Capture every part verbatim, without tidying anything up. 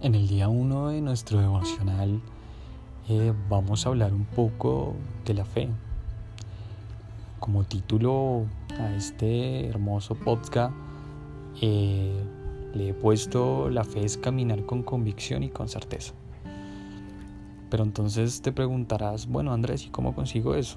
En el día uno de nuestro devocional eh, vamos a hablar un poco de la fe. Como título a este hermoso podcast eh, le he puesto: la fe es caminar con convicción y con certeza. Pero entonces te preguntarás, bueno Andrés, ¿y cómo consigo eso?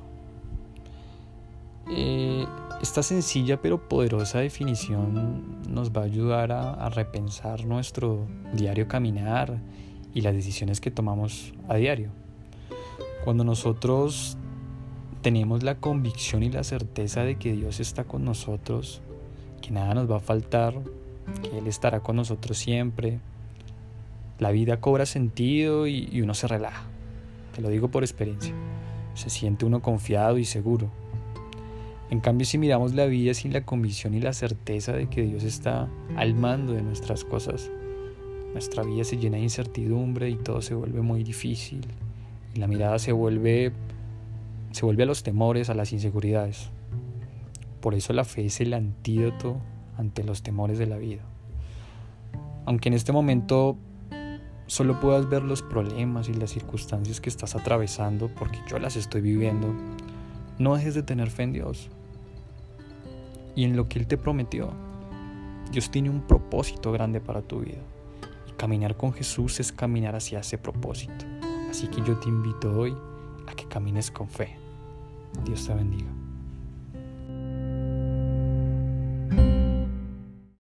Eh, esta sencilla pero poderosa definición nos va a ayudar a, a repensar nuestro diario caminar y las decisiones que tomamos a diario. Cuando nosotros tenemos la convicción y la certeza de que Dios está con nosotros, que nada nos va a faltar, que Él estará con nosotros siempre, la vida cobra sentido y, y uno se relaja. Te lo digo por experiencia. Se siente uno confiado y seguro. En cambio, si miramos la vida sin la convicción y la certeza de que Dios está al mando de nuestras cosas, nuestra vida se llena de incertidumbre y todo se vuelve muy difícil. Y la mirada se vuelve, se vuelve a los temores, a las inseguridades. Por eso la fe es el antídoto ante los temores de la vida. Aunque en este momento solo puedas ver los problemas y las circunstancias que estás atravesando, porque yo las estoy viviendo, no dejes de tener fe en Dios y en lo que Él te prometió. Dios tiene un propósito grande para tu vida, y caminar con Jesús es caminar hacia ese propósito. Así que yo te invito hoy a que camines con fe. Dios te bendiga.